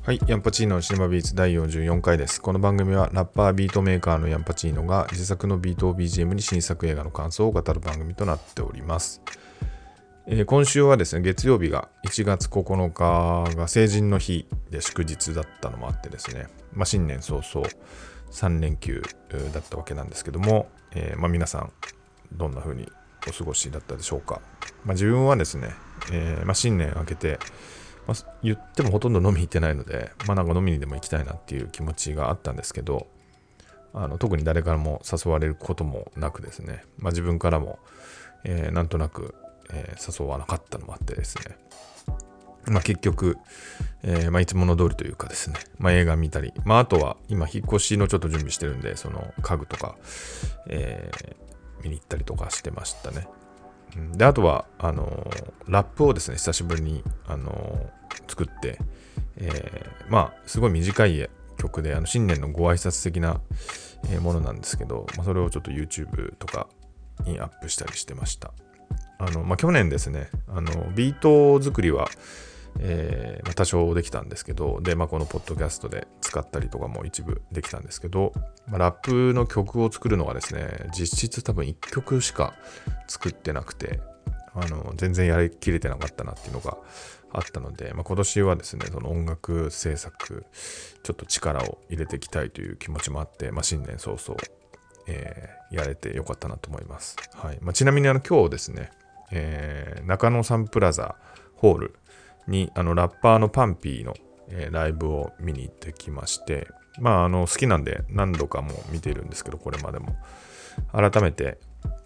はい、ヤンパチーノのシネマビーツ第44回です。この番組はラッパービートメーカーのヤンパチーノが自作のビートを BGM に新作映画の感想を語る番組となっております。今週はですね、月曜日が1月9日が成人の日で祝日だったのもあってですね、新年早々3連休だったわけなんですけども、皆さんどんな風にお過ごしだったでしょうか。自分はですね、新年明けて言ってもほとんど飲み行ってないので、なんか飲みにでも行きたいなっていう気持ちがあったんですけど、特に誰からも誘われることもなくですね、自分からも、なんとなく、誘わなかったのもあってですね、結局、いつもの通りというかですね、映画見たり、あとは今引っ越しのちょっと準備してるんで、その家具とか、見に行ったりとかしてましたね。で、あとはラップをですね、久しぶりに作って、すごい短い曲で新年のご挨拶的なものなんですけど、それをちょっと YouTube とかにアップしたりしてました。去年ですね、ビート作りは、多少できたんですけど、で、このポッドキャストで使ったりとかも一部できたんですけど、ラップの曲を作るのはですね、実質多分1曲しか作ってなくて、全然やりきれてなかったなっていうのがあったので、今年はですね、その音楽制作ちょっと力を入れていきたいという気持ちもあって、新年早々、やれてよかったなと思います。はい。ちなみに今日ですね、中野サンプラザホールにラッパーのパンピーの、ライブを見に行ってきまして、好きなんで何度かも見ているんですけど、これまでも改めて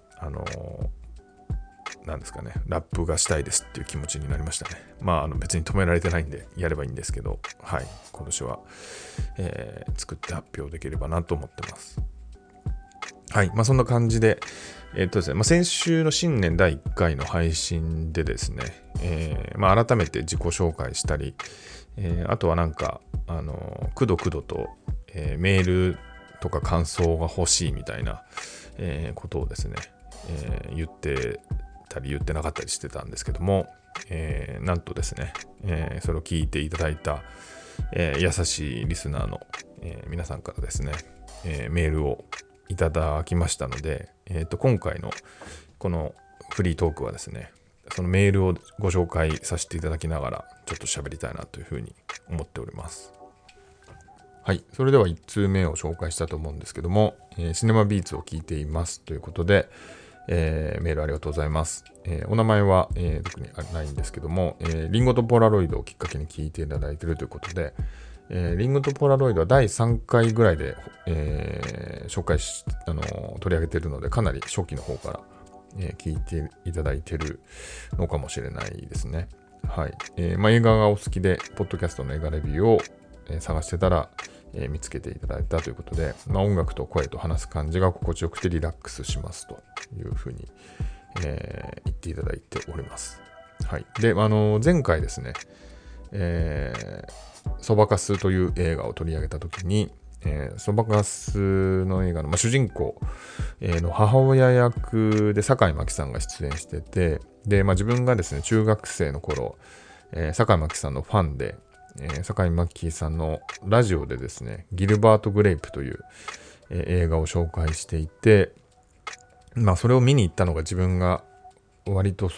なんですかね、ラップがしたいですっていう気持ちになりましたね。別に止められてないんでやればいいんですけど、はい、今年は、作って発表できればなと思ってます。はい、そんな感じで、ですね、先週の新年第1回の配信でですね、改めて自己紹介したり、あとはなんか、くどくどと、メールとか感想が欲しいみたいな、ことをですね、言ってたり言ってなかったりしてたんですけども、なんとですね、それを聞いていただいた、優しいリスナーの、皆さんからですね、メールをいただきましたので、今回のこのフリートークはですね、そのメールをご紹介させていただきながらちょっと喋りたいなというふうに思っております。はい、それでは1通目を紹介したと思うんですけども、シネマビーツを聞いていますということで、メールありがとうございます。お名前は、特にないんですけども、リンゴとポラロイドをきっかけに聞いていただいているということで、リンゴとポラロイドは第3回ぐらいで、紹介し取り上げているので、かなり初期の方から、聞いていただいているのかもしれないですね。はい。映画がお好きで、ポッドキャストの映画レビューを、探してたら、見つけていただいたということで、音楽と声と話す感じが心地よくてリラックスしますというふうに、言っていただいております。はい。で、前回ですね、そばかすという映画を取り上げたときに、そばかすの映画の、主人公、の母親役で坂井真紀さんが出演してて、で、自分がですね、中学生の頃、坂井真紀さんのファンで、坂井真紀さんのラジオでですね、ギルバート・グレイプという、映画を紹介していて、それを見に行ったのが自分が割と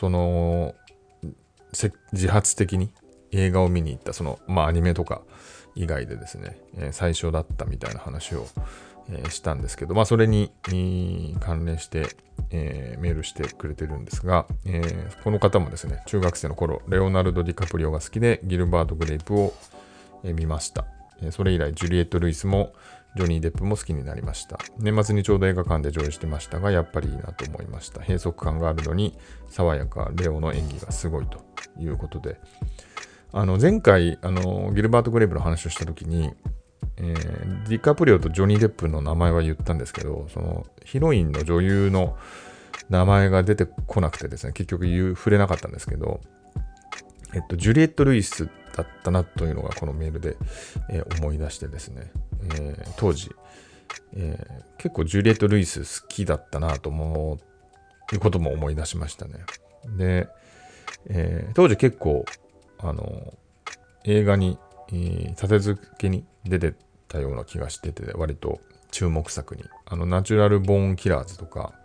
自発的に映画を見に行ったアニメとか以外でですね、最初だったみたいな話を、したんですけど、それに関連して、メールしてくれてるんですが、この方もですね、中学生の頃レオナルド・ディカプリオが好きでギルバート・グレイプを、見ました。それ以来ジュリエット・ルイスもジョニー・デップも好きになりました。年末にちょうど映画館で上映してましたが、やっぱりいいなと思いました。閉塞感があるのに爽やか、レオの演技がすごいということで、前回ギルバート・グレイプの話をしたときに、ディカプリオとジョニー・デップの名前は言ったんですけど、そのヒロインの女優の名前が出てこなくてですね、結局触れなかったんですけど、ジュリエット・ルイスだったなというのがこのメールで、思い出してですね、当時、結構ジュリエット・ルイス好きだったなということも思い出しましたね。で、当時結構映画に立て続けに出てたような気がしてて、割と注目作にナチュラルボーンキラーズとか、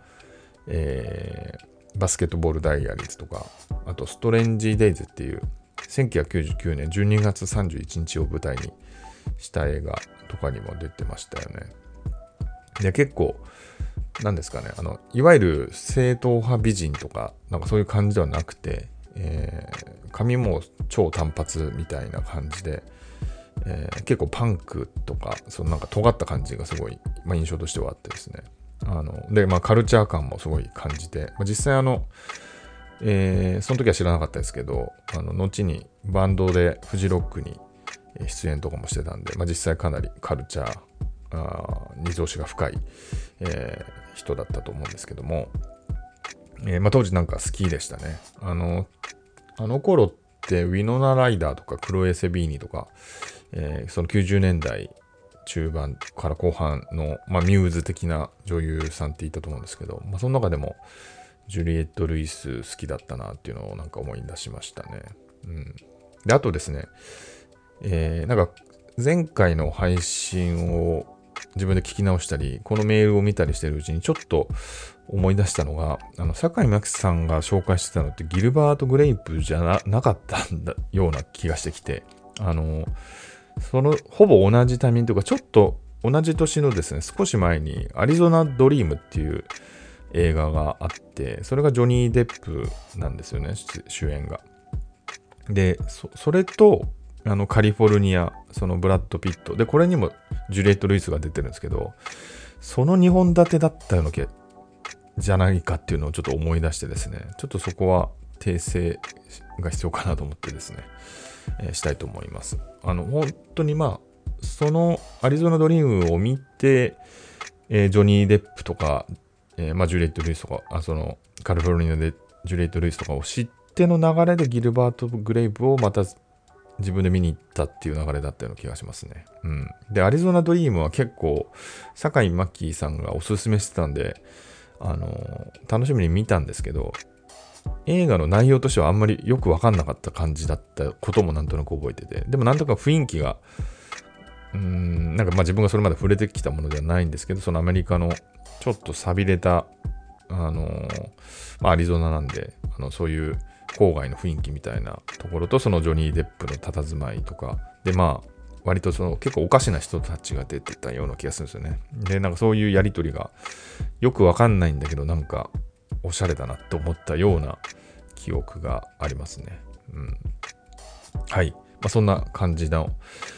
バスケットボールダイアリーズとか、あとストレンジデイズっていう1999年12月31日を舞台にした映画とかにも出てましたよね。で、結構なんですかね、いわゆる正統派美人とかなんかそういう感じではなくて、髪も超単発みたいな感じで、結構パンクとかそのなんか尖った感じがすごい、印象としてはあってですね、で、カルチャー感もすごい感じて、実際その時は知らなかったですけど、後にバンドでフジロックに出演とかもしてたんで、実際かなりカルチャーに造詣が深い、人だったと思うんですけども、当時なんか好きでしたね。あの頃ってウィノナ・ライダーとかクロエ・セビーニとか、その90年代中盤から後半の、ミューズ的な女優さんっていたと思うんですけど、その中でもジュリエット・ルイス好きだったなっていうのをなんか思い出しましたね。で、あとですね、なんか前回の配信を自分で聞き直したり、このメールを見たりしてるうちにちょっと思い出したのが、坂井真紀さんが紹介してたのってギルバート・グレイプじゃ なかったような気がしてきて、そのほぼ同じタイミングというか、ちょっと同じ年のですね、少し前にアリゾナ・ドリームっていう映画があって、それがジョニー・デップなんですよね、主演が。で、それとカリフォルニア、そのブラッド・ピットで、これにもジュリエット・ルイスが出てるんですけど、その2本立てだったようなじゃないかっていうのをちょっと思い出してですね、ちょっとそこは訂正が必要かなと思ってですね、したいと思います。本当にそのアリゾナ・ドリームを見て、ジョニー・デップとか、ジュリエット・ルイスとか、そのカリフォルニアでジュリエット・ルイスとかを知っての流れでギルバート・グレイブをまた自分で見に行ったっていう流れだったような気がしますね。で、アリゾナ・ドリームは結構坂井真紀さんがおすすめしてたんで、楽しみに見たんですけど、映画の内容としてはあんまりよく分かんなかった感じだったこともなんとなく覚えてて、でもなんとか雰囲気がなんか自分がそれまで触れてきたものではないんですけど、そのアメリカのちょっと寂れたアリゾナなんで、そういう郊外の雰囲気みたいなところと、そのジョニー・デップの佇まいとかで、割とその結構おかしな人たちが出てたような気がするんですよね。で、なんかそういうやりとりがよくわかんないんだけど、なんかおしゃれだなって思ったような記憶がありますね。はい。そんな感じの、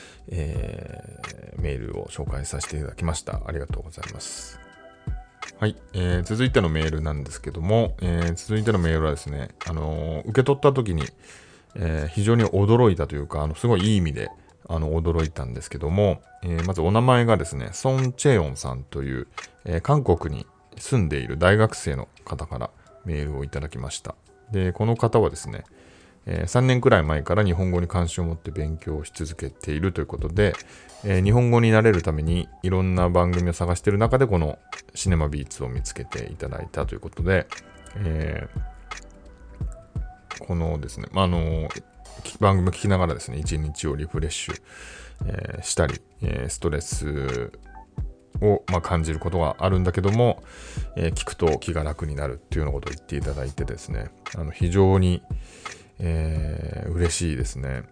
メールを紹介させていただきました。ありがとうございます。はい、続いてのメールなんですけども、続いてのメールはですね、受け取った時に、非常に驚いたというか、すごいいい意味で驚いたんですけども、まずお名前がですね、ソン・チェヨンさんという、韓国に住んでいる大学生の方からメールをいただきました。で、この方はですね、3年くらい前から日本語に関心を持って勉強し続けているということで、日本語になれるためにいろんな番組を探している中でこのシネマビーツを見つけていただいたということで、このですね、番組を聞きながらですね、一日をリフレッシュ、したり、ストレスを感じることがあるんだけども、聞くと気が楽になるっていうようなことを言っていただいてですね、非常に嬉しいですね。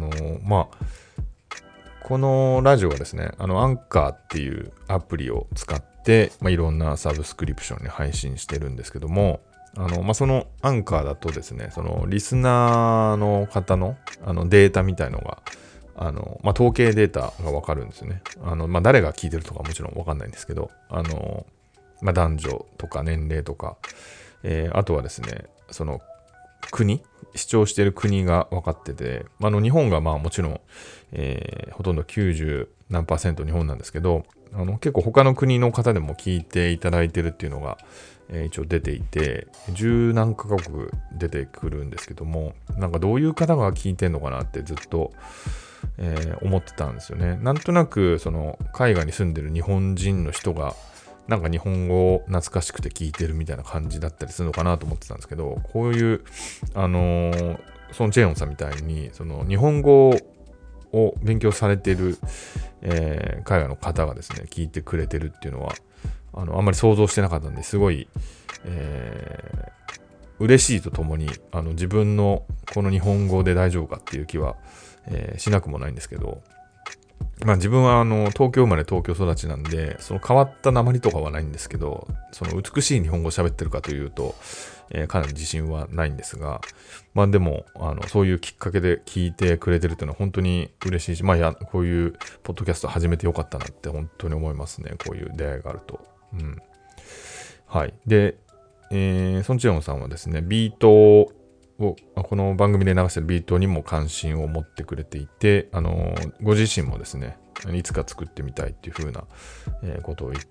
このラジオはですね、アンカーっていうアプリを使って、いろんなサブスクリプションに配信してるんですけども、そのアンカーだとですね、そのリスナーの方のデータみたいのが、統計データがわかるんですよね。誰が聞いてるとかもちろんわかんないんですけど、男女とか年齢とか、あとはですね、その視聴している国が分かってて、日本がもちろん、ほとんど90何%日本なんですけど、結構他の国の方でも聞いていただいてるっていうのが、一応出ていて、十何カ国出てくるんですけども、なんかどういう方が聞いてんのかなってずっと、思ってたんですよね。なんとなくその海外に住んでる日本人の人がなんか日本語を懐かしくて聞いてるみたいな感じだったりするのかなと思ってたんですけど、こういうソン・チェヨンさんみたいにその日本語を勉強されている、海外の方がですね、聞いてくれてるっていうのは、あんまり想像してなかったんで、すごい、嬉しいとともに、自分のこの日本語で大丈夫かっていう気は、しなくもないんですけど、まあ自分は東京生まれ東京育ちなんで、その変わった訛りとかはないんですけど、その美しい日本語を喋ってるかというと、かなり自信はないんですが、まあでも、そういうきっかけで聞いてくれてるっていうのは本当に嬉しいし、まあこういうポッドキャスト始めてよかったなって本当に思いますね。こういう出会いがあると。うん。はい。で、ソンチェヨンさんはですね、ビートを、この番組で流してるビートにも関心を持ってくれていて、ご自身もですね、いつか作ってみたいっていう風な、ことを言って、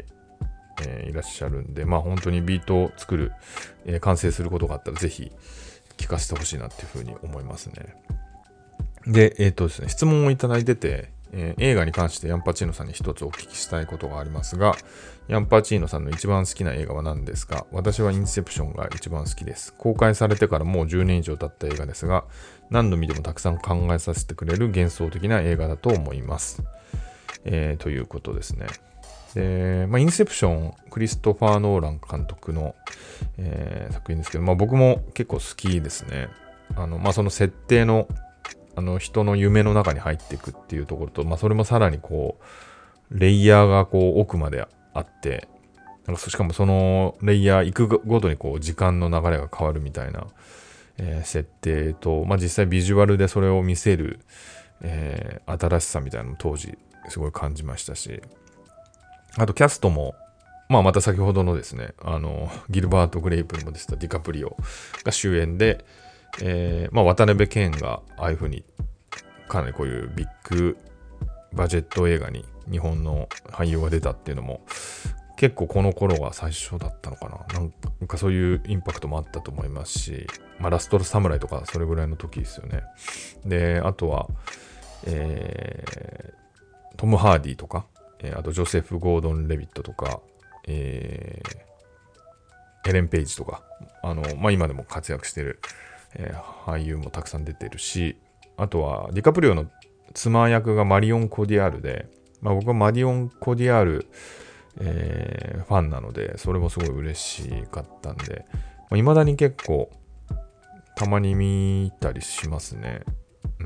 いらっしゃるんで、まあ本当にビートを作る、完成することがあったらぜひ聞かせてほしいなっていう風に思いますね。で、ですね、質問をいただいてて、映画に関してヤンパチーノさんに一つお聞きしたいことがありますが、ヤンパチーノさんの一番好きな映画は何ですか？私はインセプションが一番好きです。公開されてからもう10年以上経った映画ですが、何度見てもたくさん考えさせてくれる幻想的な映画だと思います。ということですね。で、インセプション、クリストファー・ノーラン監督の、作品ですけど、僕も結構好きですね。その設定の人の夢の中に入っていくっていうところと、それもさらにこう、レイヤーがこう奥まであって、しかもそのレイヤー行くごとにこう時間の流れが変わるみたいな、設定と、実際ビジュアルでそれを見せる、新しさみたいなのも当時すごい感じましたし、あとキャストも、また先ほどのですね、ギルバート・グレイプにも出てたディカプリオが主演で、渡辺謙がああいう風にかなりこういうビッグバジェット映画に日本の俳優が出たっていうのも結構この頃が最初だったのかな。なんかそういうインパクトもあったと思いますし、ラストサムライとかそれぐらいの時ですよね。で、あとは、トム・ハーディとか、あとジョセフ・ゴードン・レビットとか、エレン・ペイジとか、今でも活躍してる、俳優もたくさん出てるし、あとはディカプリオの妻役がマリオン・コディアールで、僕はマリオン・コディアール、ファンなので、それもすごい嬉しかったんで、未だに結構たまに見たりしますね。うん。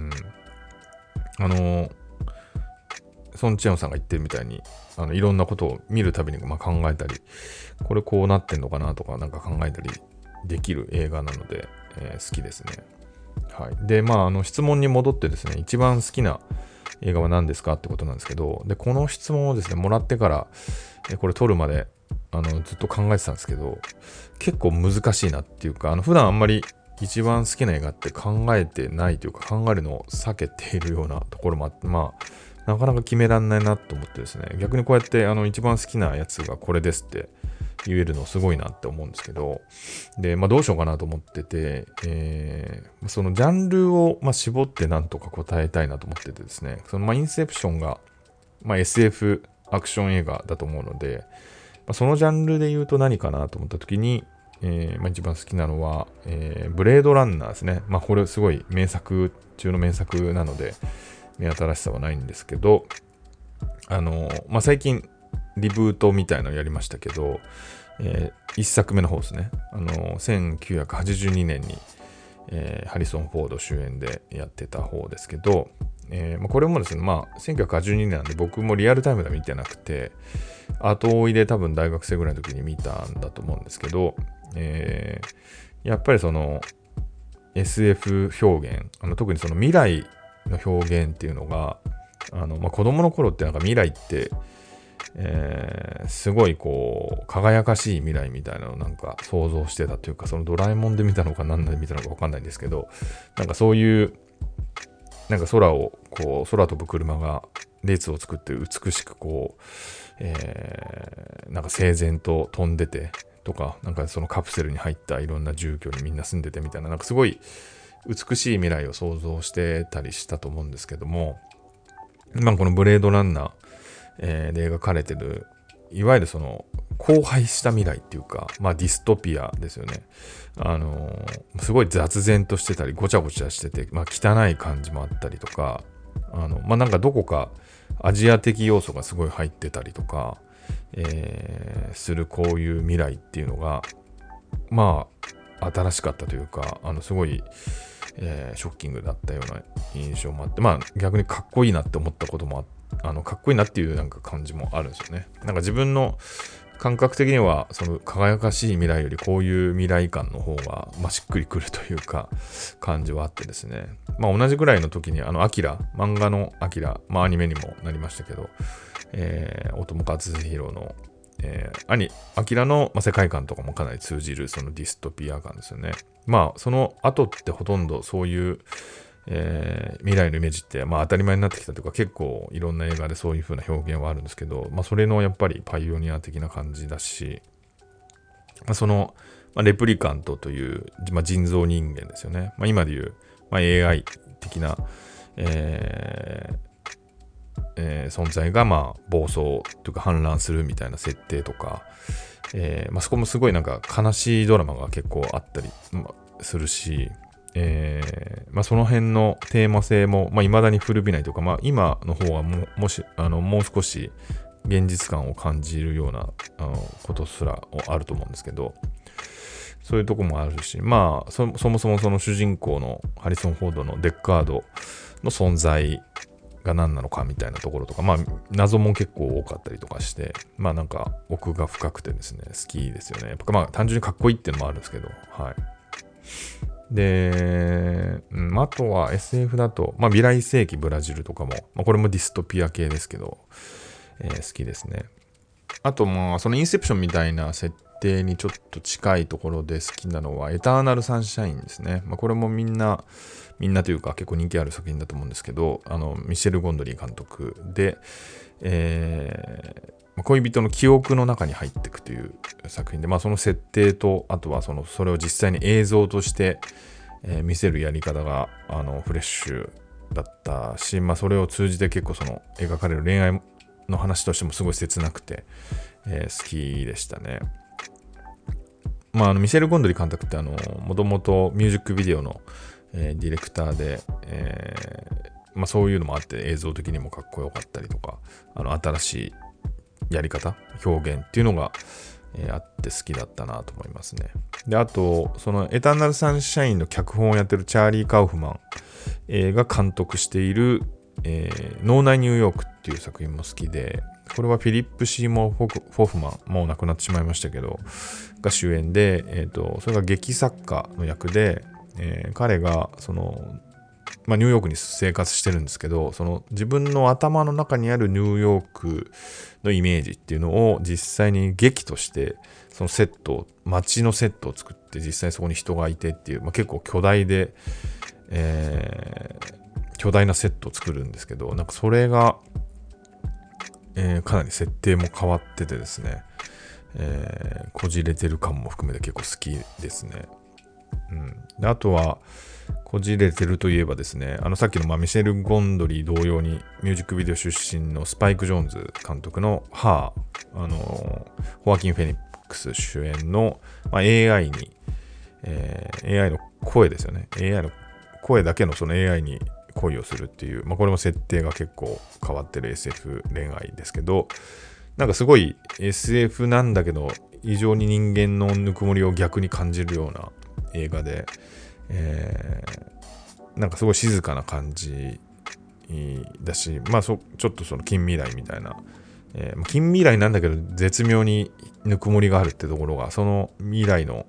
ソン・チェヨンさんが言ってるみたいに、いろんなことを見るたびに考えたり、これこうなってんのかなとかなんか考えたりできる映画なので、好きですね。はい。で、質問に戻ってですね、一番好きな映画は何ですかってことなんですけど、で、この質問をですね、もらってから、これ撮るまで、ずっと考えてたんですけど、結構難しいなっていうか、普段あんまり一番好きな映画って考えてないというか、考えるのを避けているようなところもあって、なかなか決めらんないなと思ってですね、逆にこうやって一番好きなやつがこれですって言えるのすごいなって思うんですけど、で、どうしようかなと思ってて、そのジャンルを絞ってなんとか答えたいなと思っててですね、そのインセプションがSF アクション映画だと思うので、そのジャンルで言うと何かなと思った時に、一番好きなのは、ブレードランナーですね。これすごい名作中の名作なので、目新しさはないんですけど、最近リブートみたいなのやりましたけど、一作目の方ですね。1982年に、ハリソン・フォード主演でやってた方ですけど、これもですね、1982年なんで僕もリアルタイムでは見てなくて、後追いで多分大学生ぐらいの時に見たんだと思うんですけど、やっぱりその SF 表現、特にその未来の表現っていうのが、子供の頃ってなんか未来って、すごいこう輝かしい未来みたいなのをなんか想像してたというか、そのドラえもんで見たのか何で見たのか分かんないんですけど、なんかそういうなんか空飛ぶ車が列を作って美しくこう、なんか整然と飛んでてとか、なんかそのカプセルに入ったいろんな住居にみんな住んでてみたいな、なんかすごい美しい未来を想像してたりしたと思うんですけども、このブレードランナー、で描かれてるいわゆるその荒廃した未来っていうか、ディストピアですよね。すごい雑然としてたりごちゃごちゃしてて、汚い感じもあったりとか、 なんかどこかアジア的要素がすごい入ってたりとか、するこういう未来っていうのが新しかったというか、すごい、ショッキングだったような印象もあって、逆にかっこいいなって思ったこともかっこいいなっていうなんか感じもあるんですよね。なんか自分の感覚的にはその輝かしい未来よりこういう未来感の方が、しっくりくるというか感じはあってですね。同じぐらいの時にアキラ、漫画のアキラ、アニメにもなりましたけど、大友克洋のアキラの世界観とかもかなり通じるそのディストピア感ですよね。その後ってほとんどそういう、未来のイメージって当たり前になってきたというか、結構いろんな映画でそういう風な表現はあるんですけど、それのやっぱりパイオニア的な感じだし、その、レプリカントという、人造人間ですよね。今でいう、AI 的な、存在が暴走というか反乱するみたいな設定とか、そこもすごいなんか悲しいドラマが結構あったりするし、その辺のテーマ性も未だに古びないというか、今の方はもう少し現実感を感じるようなことすらあると思うんですけど、そういうとこもあるし、そもそもその主人公のハリソン・フォードのデッカードの存在が何なのかみたいなところとか、謎も結構多かったりとかして、なんか奥が深くてですね、好きですよね。やっぱ単純にかっこいいっていうのもあるんですけど、はい。で、あとは SF だと、未来世紀ブラジルとかも、これもディストピア系ですけど、好きですね。あとそのインセプションみたいな設定にちょっと近いところで好きなのはエターナルサンシャインですね。これもみんなというか結構人気ある作品だと思うんですけど、ミシェル・ゴンドリー監督で、恋人の記憶の中に入っていくという作品で、その設定と、あとはそれを実際に映像として、見せるやり方がフレッシュだったし、それを通じて結構その描かれる恋愛の話としてもすごい切なくて、好きでしたね。ミシェル・ゴンドリー監督ってもともとミュージックビデオの、ディレクターで、そういうのもあって映像的にもかっこよかったりとか、新しいやり方、表現っていうのが、あって好きだったなと思いますね。で、あと、そのエターナルサンシャインの脚本をやってるチャーリー・カウフマン、が監督している、脳内ニューヨークっていう作品も好きで、これはフィリップ・シーモア・フォフマン、もう亡くなってしまいましたけど、が主演で、それが劇作家の役で、彼がその、ニューヨークに生活してるんですけど、その自分の頭の中にあるニューヨークのイメージっていうのを実際に劇としてそのセットを、街のセットを作って実際そこに人がいてっていう、結構巨大で、巨大なセットを作るんですけど、なんかそれが、かなり設定も変わっててですね、こじれてる感も含めて結構好きですね。で、あとはこじれてるといえばですね、さっきのミシェル・ゴンドリー同様にミュージックビデオ出身のスパイク・ジョーンズ監督のハー、ホアキン・フェニックス主演の、AI に、AI の声ですよね。AI の声だけのその AI に恋をするっていう、これも設定が結構変わってる SF 恋愛ですけど、なんかすごい SF なんだけど異常に人間のぬくもりを逆に感じるような映画で、なんかすごい静かな感じだし、ちょっとその近未来みたいな、近未来なんだけど絶妙にぬくもりがあるってところが、その未来の、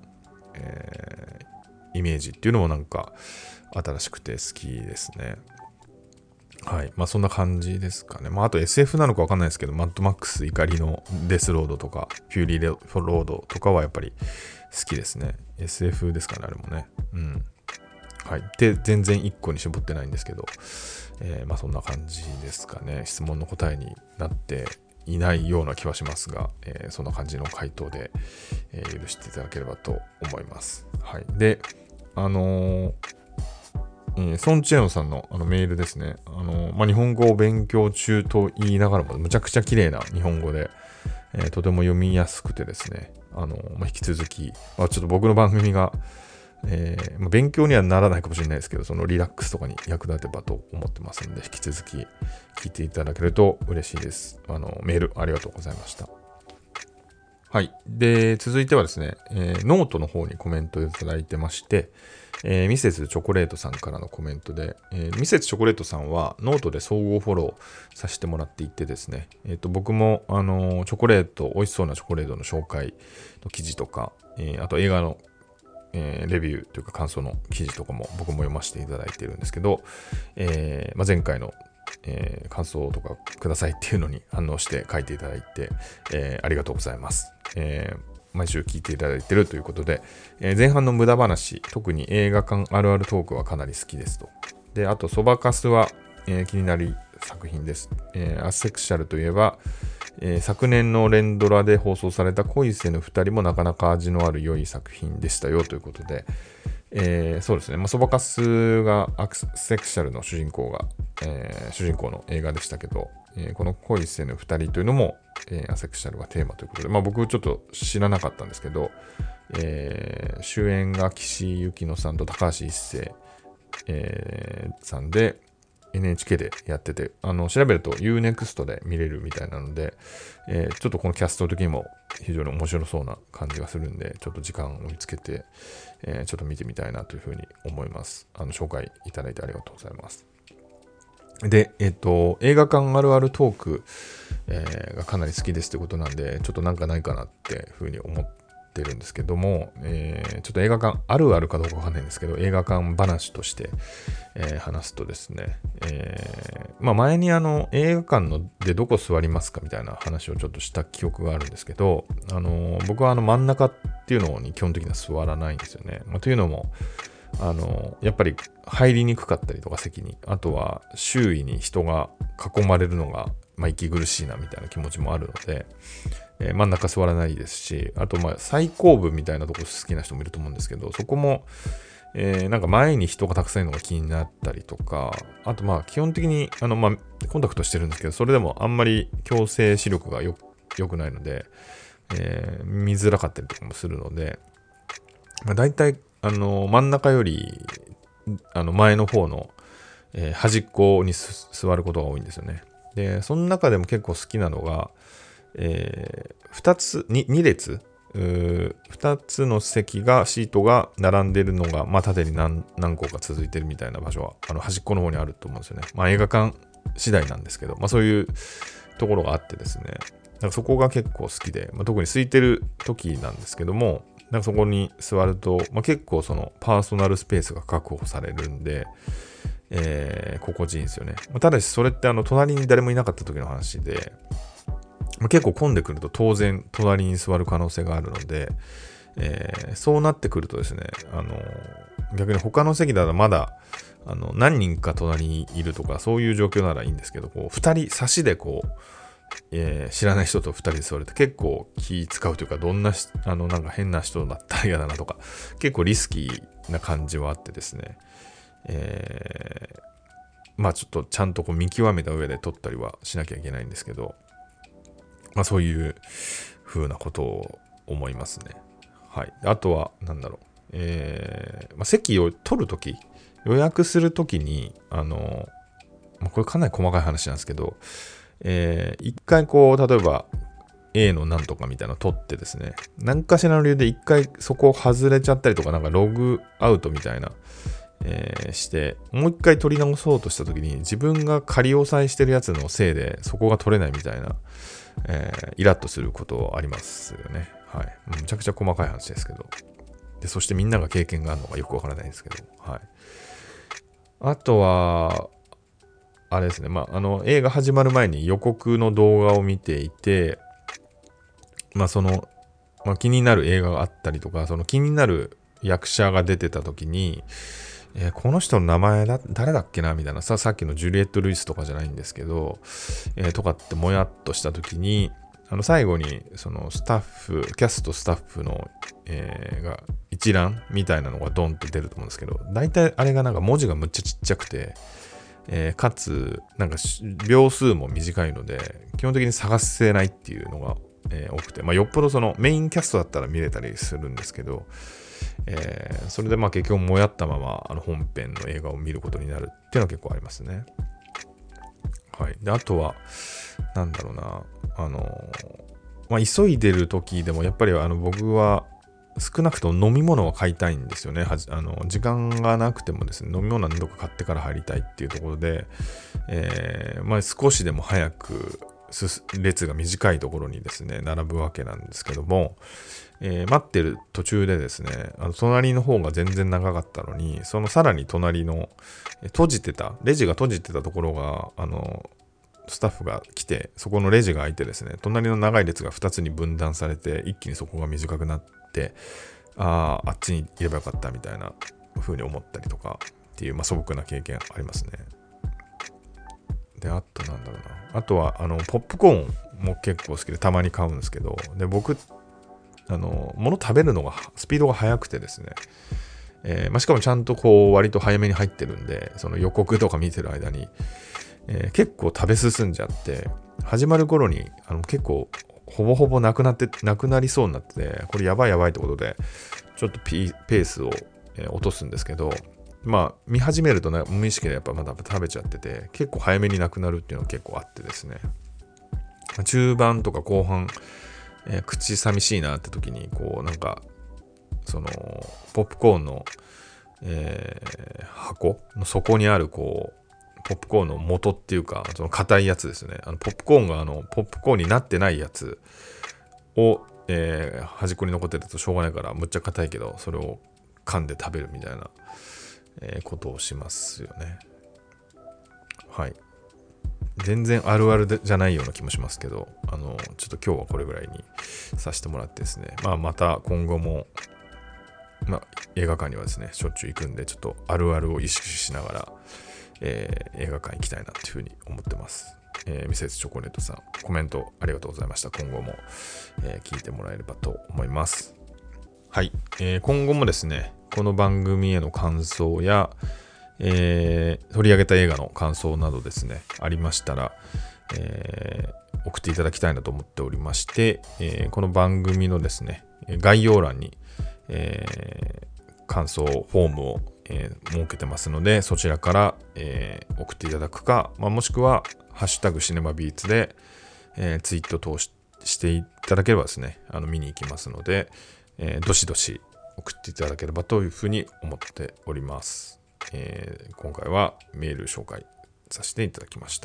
イメージっていうのもなんか新しくて好きですね。はい。そんな感じですかね。あと SF なのかわかんないですけど、マッドマックス怒りのデスロードとか、フューリーロードとかはやっぱり好きですね。SF ですかね、あれもね。はい。で、全然1個に絞ってないんですけど、そんな感じですかね。質問の答えになっていないような気はしますが、そんな感じの回答で、許していただければと思います。はい。で、ソン・チェヨンさんのメールですね。日本語を勉強中と言いながらも、むちゃくちゃ綺麗な日本語で、とても読みやすくてですね、引き続き、ちょっと僕の番組が、 勉強にはならないかもしれないですけど、そのリラックスとかに役立てばと思ってますので、引き続き聞いていただけると嬉しいです。メールありがとうございました。はい。で、続いてはですね、ノートの方にコメントをいただいてまして、ミセスチョコレートさんからのコメントで、ミセスチョコレートさんはノートで相互フォローさせてもらっていてですね、僕もチョコレート、美味しそうなチョコレートの紹介の記事とか、あと映画の、レビューというか感想の記事とかも僕も読ませていただいているんですけど、前回の感想とかくださいっていうのに反応して書いていただいて、ありがとうございます。毎週聞いていただいているということで、前半の無駄話、特に映画館あるあるトークはかなり好きですと。で、あと、そばかすは、気になる作品です。アセクシャルといえば、昨年の連ドラで放送された恋せぬ二人もなかなか味のある良い作品でしたよということで、そうですね、そばかすがアセクシャルの主人公の映画でしたけど、この恋せぬ二人というのも、アセクシャルがテーマということで、僕ちょっと知らなかったんですけど、主演が岸由乃さんと高橋一生、さんで NHK でやってて、調べると Unext で見れるみたいなので、ちょっとこのキャスト的にも非常に面白そうな感じがするんで、ちょっと時間を見つけて、ちょっと見てみたいなというふうに思います。紹介いただいてありがとうございます。で、映画館あるあるトーク、がかなり好きですということなんで、ちょっとなんかないかなっていうふうに思ってるんですけども、ちょっと映画館あるあるかどうかわかんないんですけど、映画館話として、話すとですね、前に映画館でどこ座りますかみたいな話をちょっとした記憶があるんですけど、僕は真ん中っていうのに基本的には座らないんですよね。というのも、やっぱり入りにくかったりとか席に、あとは周囲に人が囲まれるのが、息苦しいなみたいな気持ちもあるので、真ん中座らないですし、あと最後部みたいなところ好きな人もいると思うんですけど、そこも、なんか前に人がたくさんいるのが気になったりとか、あと基本的にコンタクトしてるんですけど、それでもあんまり矯正視力が良くないので、見づらかったりとかもするので、大体真ん中より前の方の、端っこに座ることが多いんですよね。で、その中でも結構好きなのが、2列、2つのシートが並んでいるのが、縦に何個か続いてるみたいな場所は、端っこの方にあると思うんですよね。映画館次第なんですけど、そういうところがあってですね、なんかそこが結構好きで、特に空いてる時なんですけども、なんかそこに座ると、結構そのパーソナルスペースが確保されるんで、心地いいんですよね。ただしそれって隣に誰もいなかった時の話で、結構混んでくると当然隣に座る可能性があるので、そうなってくるとですね、逆に他の席だとまだ何人か隣にいるとかそういう状況ならいいんですけど、2人差しで知らない人と2人で座ると結構気使うというか、どんななんか変な人だったら嫌だなとか、結構リスキーな感じはあってですね、ちょっとちゃんと見極めた上で撮ったりはしなきゃいけないんですけど、そういう風なことを思いますね。はい。あとは、席を取るとき、予約するときに、これかなり細かい話なんですけど、一回例えば A のなんとかみたいなのを取ってですね、何かしらの理由で一回そこを外れちゃったりとか、なんかログアウトみたいな、して、もう一回取り直そうとしたときに、自分が仮押さえしてるやつのせいでそこが取れないみたいな、イラッとすることありますよね。はい。むちゃくちゃ細かい話ですけど。で、そしてみんなが経験があるのがよくわからないんですけど。はい。あとは、あれですね。映画始まる前に予告の動画を見ていて、気になる映画があったりとか、その気になる役者が出てた時に、この人の名前誰だっけなみたいなさっきのジュリエット・ルイスとかじゃないんですけど、とかってもやっとした時に、最後にそのキャストスタッフの、が一覧みたいなのがドンと出ると思うんですけど、大体あれがなんか文字がむっちゃちっちゃくて、かつなんか秒数も短いので基本的に探せないっていうのが多くて、よっぽどそのメインキャストだったら見れたりするんですけど、それで結局もやったまま本編の映画を見ることになるっていうのは結構ありますね。はい。で、あとはなんだろうな、急いでる時でもやっぱり僕は少なくとも飲み物は買いたいんですよね。時間がなくてもですね、飲み物は何度か買ってから入りたいっていうところで、少しでも早く列が短いところにですね、並ぶわけなんですけども、待ってる途中でですね、隣の方が全然長かったのに、そのさらに隣のレジが閉じてたところが、スタッフが来て、そこのレジが開いてですね、隣の長い列が2つに分断されて、一気にそこが短くなって、あっちにいればよかったみたいな風に思ったりとかっていう、素朴な経験ありますね。で、あとなんだろうな。あとは、ポップコーンも結構好きでたまに買うんですけど、で、僕、物食べるのがスピードが速くてですね、しかもちゃんと割と早めに入ってるんで、その予告とか見てる間に、結構食べ進んじゃって、始まる頃に結構ほぼほぼなくなりそうになってて、これやばいってことで、ちょっとペースを落とすんですけど、見始めるとね、無意識でやっぱまだ食べちゃってて、結構早めになくなるっていうのが結構あってですね、中盤とか後半、口寂しいなって時にそのポップコーンの、箱の底にあるポップコーンの元っていうか、その硬いやつですね。ポップコーンがポップコーンになってないやつを、端っこに残ってるとしょうがないから、むっちゃ硬いけど、それを噛んで食べるみたいな、ことをしますよね。はい。全然あるあるじゃないような気もしますけど、ちょっと今日はこれぐらいにさせてもらってですね、また今後も、映画館にはですね、しょっちゅう行くんで、ちょっとあるあるを意識しながら、映画館行きたいなっていうふうに思ってます。ミセスチョコレートさん、コメントありがとうございました。今後も、聞いてもらえればと思います。はい、今後もですね、この番組への感想や、取り上げた映画の感想などですね、ありましたら、送っていただきたいなと思っておりまして、この番組のですね、概要欄に、感想フォームを、設けてますので、そちらから、送っていただくか、もしくはハッシュタグシネマビーツで、ツイート通していただければですね、見に行きますので、どしどし送っていただければというふうに思っております。今回はメール紹介させていただきました。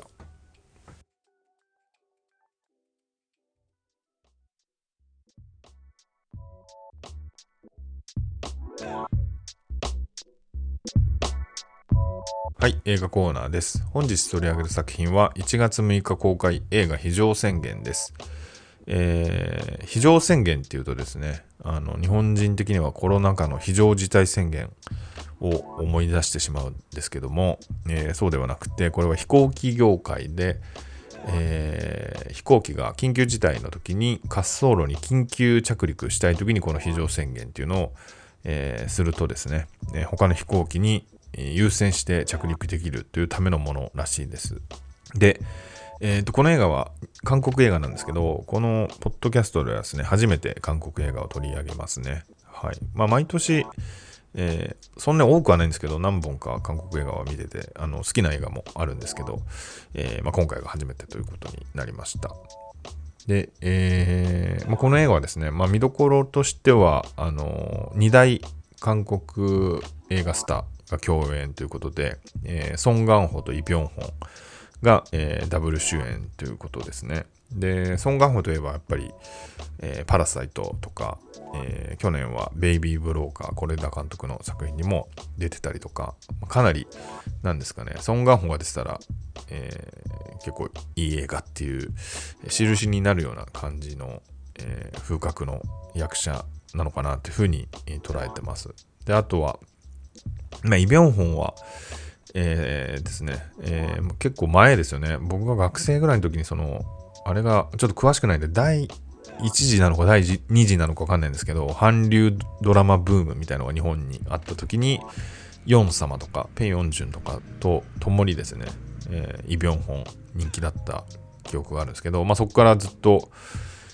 はい、映画コーナーです。本日取り上げる作品は1月6日公開映画非常宣言です。非常宣言っていうとですね、日本人的にはコロナ禍の非常事態宣言を思い出してしまうんですけども、そうではなくて、これは飛行機業界で、飛行機が緊急事態の時に滑走路に緊急着陸したい時にこの非常宣言っていうのを、するとですね、他の飛行機に優先して着陸できるというためのものらしいです。で、この映画は韓国映画なんですけど、このポッドキャストではですね、初めて韓国映画を取り上げますね。はい。毎年、そんな多くはないんですけど、何本か韓国映画は見てて、好きな映画もあるんですけど、今回が初めてということになりました。で、この映画はですね、見どころとしては、2大韓国映画スターが共演ということで、ソン・ガンホとイ・ビョンホンが、ダブル主演ということですね。で、ソン・ガンホといえばやっぱり、パラサイトとか、去年はベイビー・ブローカー、是枝監督の作品にも出てたりとか、かなり、なんですかね、ソン・ガンホが出てたら、結構いい映画っていう印になるような感じの、風格の役者なのかなっていうふうに捉えてます。で、あとは、イ・ビョンホンは、ですね、結構前ですよね。僕が学生ぐらいの時にあれがちょっと詳しくないんで、第1次なのか第2次なのか分かんないんですけど、韓流ドラマブームみたいなのが日本にあった時に、ヨン様とかペ・ヨンジュンとかと共にですね、イ・ビョンホン人気だった記憶があるんですけど、そこからずっと、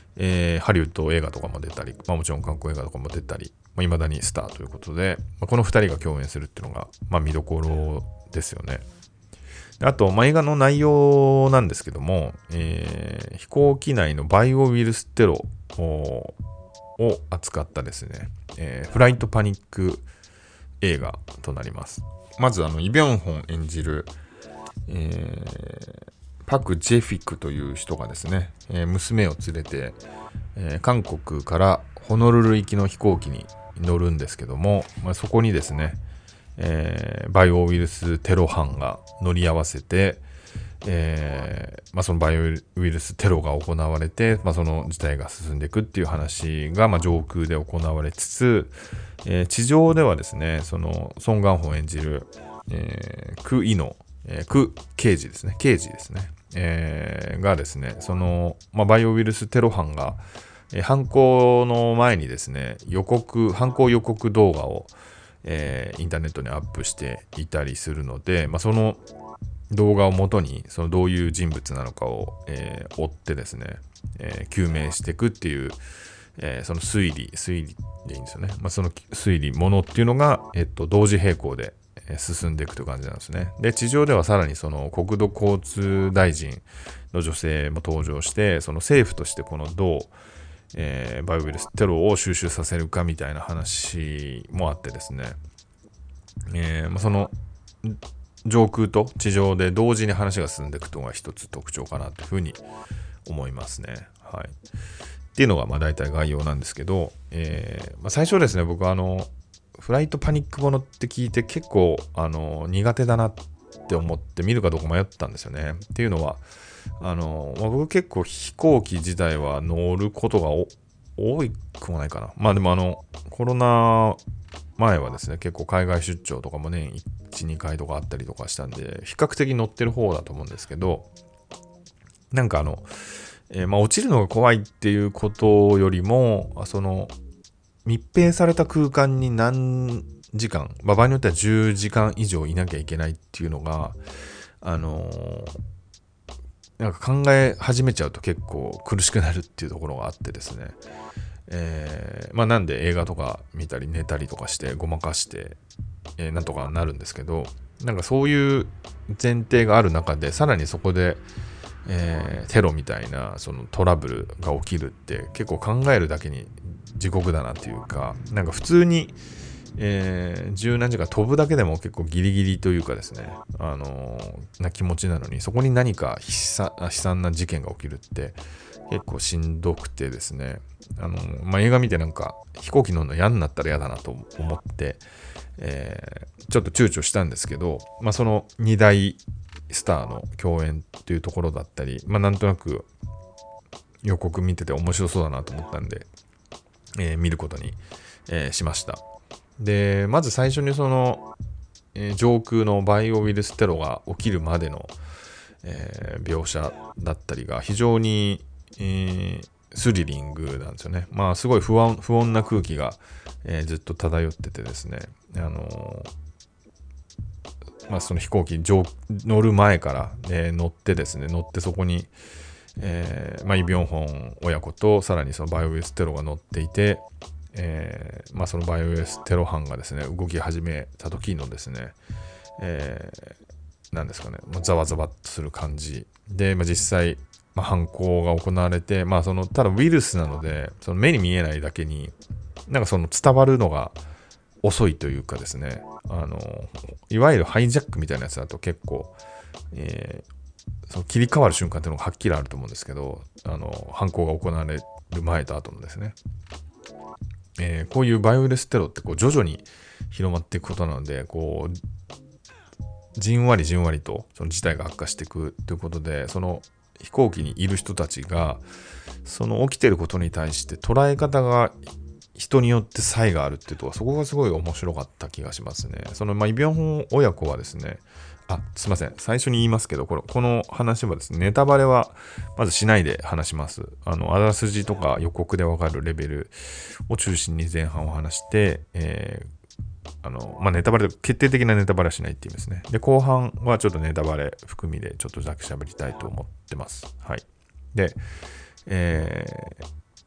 ハリウッド映画とかも出たり、もちろん韓国映画とかも出たり、未だにスターということで、この2人が共演するっていうのが、見どころですよね。あと、映画の内容なんですけども、飛行機内のバイオウイルステロを扱ったですね、フライトパニック映画となります。まずイ・ビョンホン演じる、パク・ジェフィクという人がですね、娘を連れて、韓国からホノルル行きの飛行機に乗るんですけども、そこにですね、バイオウイルステロ班が乗り合わせて、そのバイオウイルステロが行われて、その事態が進んでいくっていう話が、上空で行われつつ、地上ではですね、そのソン・ガンホ演じる、ク・イノ、ク・刑事ですね、がですね、その、バイオウイルステロ班が、犯行の前にですね、犯行予告動画を、インターネットにアップしていたりするので、その動画をもとにそのどういう人物なのかを、追ってですね、究明していくっていう、その推理でいいんですよね。その推理ものっていうのが、同時並行で進んでいくという感じなんですね。で、地上ではさらにその国土交通大臣の女性も登場して、その政府としてこのどうバイオウイルステロを収拾させるかみたいな話もあってですね、その上空と地上で同時に話が進んでいくというのが一つ特徴かなというふうに思いますね。はい。っていうのが大体概要なんですけど、最初ですね、僕フライトパニックものって聞いて結構苦手だなって思って見るかどうか迷ったんですよね。っていうのは僕結構飛行機自体は乗ることが多くもないかな。でもコロナ前はですね、結構海外出張とかも年1、2回とかあったりとかしたんで、比較的乗ってる方だと思うんですけど、なんか落ちるのが怖いっていうことよりも、その密閉された空間に何時間、場合によっては10時間以上いなきゃいけないっていうのが、なんか考え始めちゃうと結構苦しくなるっていうところがあってですね、なんで映画とか見たり寝たりとかしてごまかして、なんとかなるんですけど、なんかそういう前提がある中でさらにそこで、テロみたいなそのトラブルが起きるって結構考えるだけに地獄だなっていうか、なんか普通に十何時間飛ぶだけでも結構ギリギリというかですね、な気持ちなのに、そこに何か悲惨な事件が起きるって結構しんどくてですね、映画見てなんか飛行機乗るの嫌になったら嫌だなと思って、ちょっと躊躇したんですけど、その2大スターの共演というところだったり、なんとなく予告見てて面白そうだなと思ったんで、見ることに、しました。で、まず最初にその、上空のバイオウイルステロが起きるまでの、描写だったりが非常に、スリリングなんですよね。すごい不穏な空気が、ずっと漂っててですね、その飛行機乗る前から、乗ってそこに、イ・ビョンホン親子とさらにそのバイオウイルステロが乗っていて、そのバイオウイルステロ班がですね動き始めた時のですね、なんですかね、ざわざわっとする感じで、実際、犯行が行われて、ただウイルスなのでその目に見えないだけになんかその伝わるのが遅いというかですね、いわゆるハイジャックみたいなやつだと結構、その切り替わる瞬間っていうのがはっきりあると思うんですけど、犯行が行われる前と後のですね、こういうバイオウイルステロってこう徐々に広まっていくことなので、こうじんわりとその事態が悪化していくということで、その飛行機にいる人たちがその起きていることに対して捉え方が人によって差異があるっていうところ、そこがすごい面白かった気がしますね。そのイ・ビョンホン親子はですね、すいません、最初に言いますけど、この話はですね、ネタバレはまずしないで話します。あらすじとか予告でわかるレベルを中心に前半を話して、ネタバレ、決定的なネタバレはしないって意味ですね。で、後半はちょっとネタバレ含みでちょっとだけ喋りたいと思ってます。はい。で、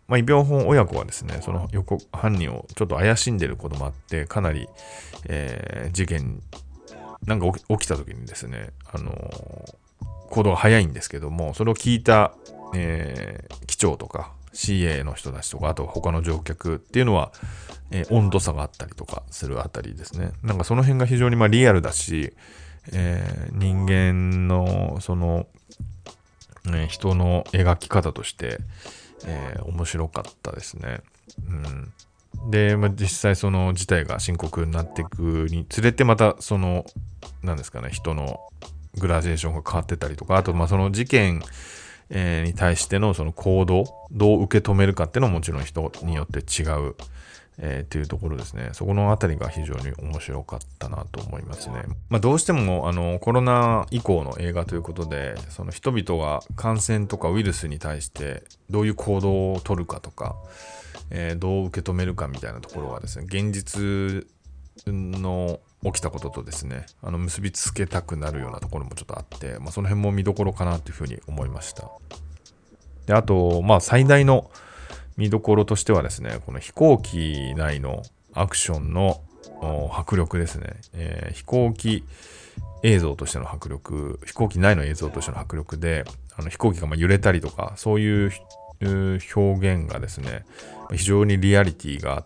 イ・ビョンホン親子はですね、その犯人をちょっと怪しんでることもあって、かなり、事件なんか起きた時にですね、行動が早いんですけども、それを聞いた、機長とか CA の人たちとか、あと他の乗客っていうのは、温度差があったりとかするあたりですね。なんかその辺が非常にリアルだし、人間のその、人の描き方として、面白かったですね。で、実際その事態が深刻になっていくにつれて、またその、なんですかね、人のグラデーションが変わってたりとか、あとその事件、に対してのその行動、どう受け止めるかっていうのももちろん人によって違う、っていうところですね。そこのあたりが非常に面白かったなと思いますね。どうしてもコロナ以降の映画ということで、その人々が感染とかウイルスに対してどういう行動を取るかとか、どう受け止めるかみたいなところがですね、現実の起きたこととですね、結びつけたくなるようなところもちょっとあって、その辺も見どころかなというふうに思いました。で、あと、最大の見どころとしてはですね、この飛行機内のアクションの迫力ですね。飛行機映像としての迫力、飛行機内の映像としての迫力で、飛行機が揺れたりとか、そういう表現がですね、非常にリアリティがあって、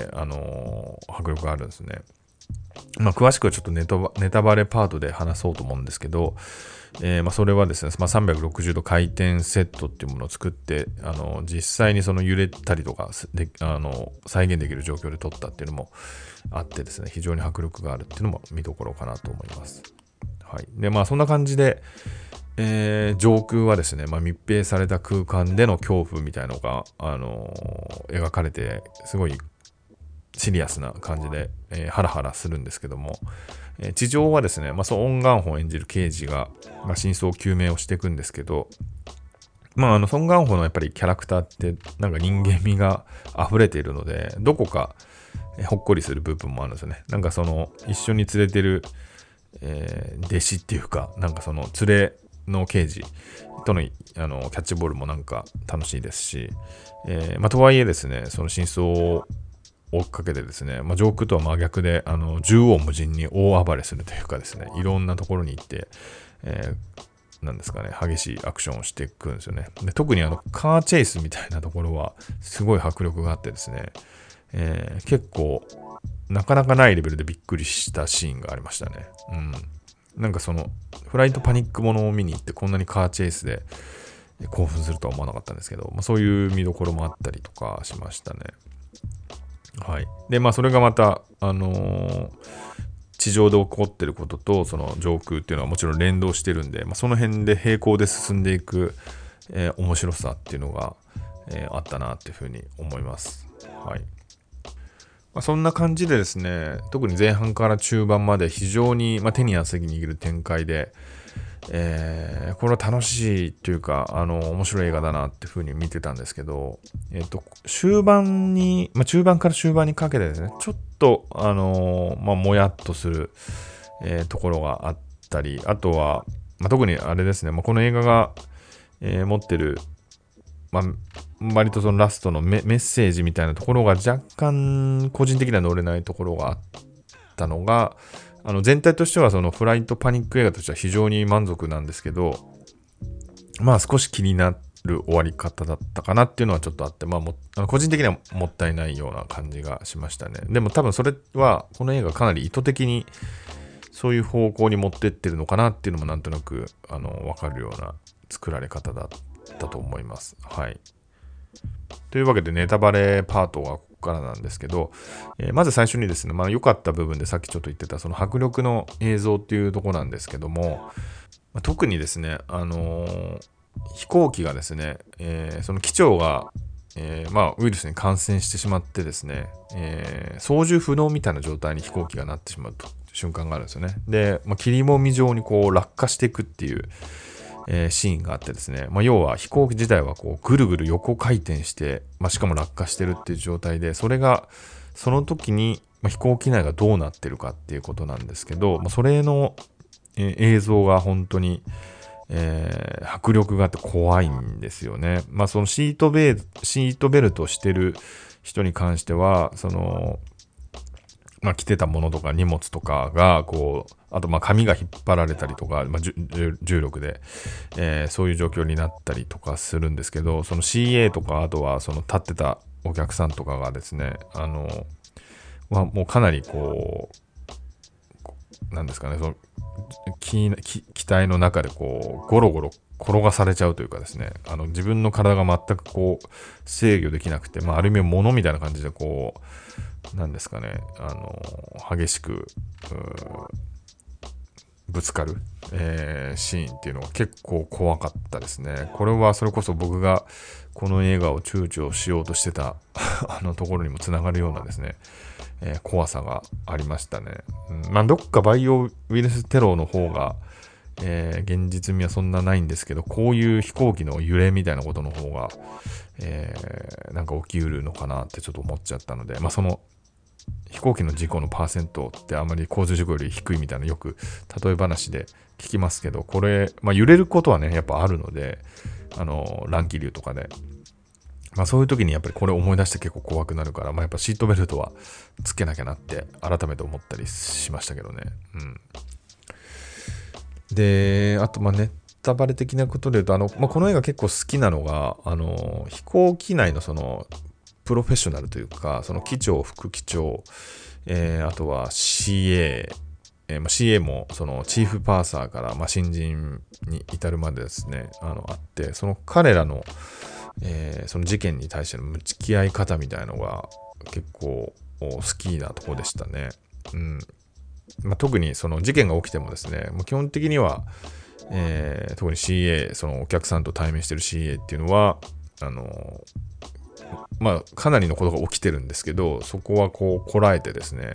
迫力があるんですね。詳しくはちょっとネタバレパートで話そうと思うんですけど、それはですね、360度回転セットっていうものを作って、実際にその揺れたりとかで、再現できる状況で撮ったっていうのもあってですね、非常に迫力があるっていうのも見どころかなと思います。はい。で、そんな感じで、上空はですね、密閉された空間での恐怖みたいなのが、描かれて、すごいシリアスな感じで、ハラハラするんですけども、地上はですね、ソン・ガンホを演じる刑事が、真相究明をしていくんですけど、ソン・ガンホのやっぱりキャラクターってなんか人間味が溢れているので、どこかほっこりする部分もあるんですよね。なんかその一緒に連れてる、弟子っていうか、なんかその連れの刑事とのキャッチボールもなんか楽しいですし、とはいえですね、その真相を追っかけてですね、上空とは真逆で、縦横無尽に大暴れするというかですね、いろんなところに行って、なんですかね、激しいアクションをしていくんですよね。で、特にカーチェイスみたいなところは、すごい迫力があってですね、結構、なかなかないレベルでびっくりしたシーンがありましたね。なんかその、フライトパニックものを見に行って、こんなにカーチェイスで興奮するとは思わなかったんですけど、そういう見どころもあったりとかしましたね。はい。で、それがまた、地上で起こってることと、その上空っていうのはもちろん連動してるんで、その辺で並行で進んでいく、面白さっていうのが、あったなっていうふうに思います。はい。そんな感じでですね、特に前半から中盤まで非常に、手に汗握る展開で、これは楽しいというか、面白い映画だなっていうふうに見てたんですけど、終盤に、中盤から終盤にかけてですね、ちょっと、もやっとする、ところがあったり、あとは、特にあれですね、この映画が、持ってる、割とそのラストのメッセージみたいなところが若干個人的には乗れないところがあったのが、全体としてはそのフライトパニック映画としては非常に満足なんですけど、少し気になる終わり方だったかなっていうのはちょっとあって、個人的にはもったいないような感じがしましたね。でも多分それはこの映画かなり意図的にそういう方向に持ってってるのかなっていうのもなんとなくわかるような作られ方だったと思います。はい。というわけでネタバレパートはここからなんですけど、まず最初にですね、良かった部分でさっきちょっと言ってたその迫力の映像っていうところなんですけども、特にですね、飛行機がですね、その機長が、ウイルスに感染してしまってですね、操縦不能みたいな状態に飛行機がなってしまうと瞬間があるんですよね。で、霧もみ状にこう落下していくっていう、シーンがあってですね、要は飛行機自体はこうぐるぐる横回転して、しかも落下してるっていう状態で、それがその時に、飛行機内がどうなってるかっていうことなんですけど、それの、映像が本当に、 迫力があって怖いんですよね。まあそのシートベルトをしてる人に関しては、まあ着てたものとか荷物とかが、あとまあ髪が引っ張られたりとか、まあ、重力で、そういう状況になったりとかするんですけど、その CA とか、あとはその立ってたお客さんとかがですね、もうかなりなんですかね、その機体の中でゴロゴロ転がされちゃうというかですね、自分の体が全く制御できなくて、まあ、ある意味物みたいな感じでなんですかね、激しくぶつかる、シーンっていうのが結構怖かったですね。これはそれこそ僕がこの映画を躊躇しようとしてたところにもつながるようなですね、怖さがありましたね。まあ、どっかバイオウイルステロの方が、現実味はそんなないんですけど、こういう飛行機の揺れみたいなことの方が、なんか起きうるのかなってちょっと思っちゃったので、まあ、その飛行機の事故のパーセントってあまり交通事故より低いみたいなよく例え話で聞きますけど、これ、まあ、揺れることはねやっぱあるので、乱気流とかで、まあ、そういう時にやっぱりこれ思い出して結構怖くなるから、まあ、やっぱシートベルトはつけなきゃなって改めて思ったりしましたけどね。で、あとまあネタバレ的なことで言うと、まあ、この映画結構好きなのが、飛行機内のそのプロフェッショナルというか、その機長、副機長、あとは CA、まあ、CA もそのチーフパーサーから、まあ、新人に至るまでですね、あって、その彼らの、その事件に対しての向き合い方みたいのが結構好きなところでしたね。まあ、特にその事件が起きてもですね、もう基本的には、特に CA、そのお客さんと対面してる CA っていうのは、まあ、かなりのことが起きてるんですけど、そこはこらえてですね、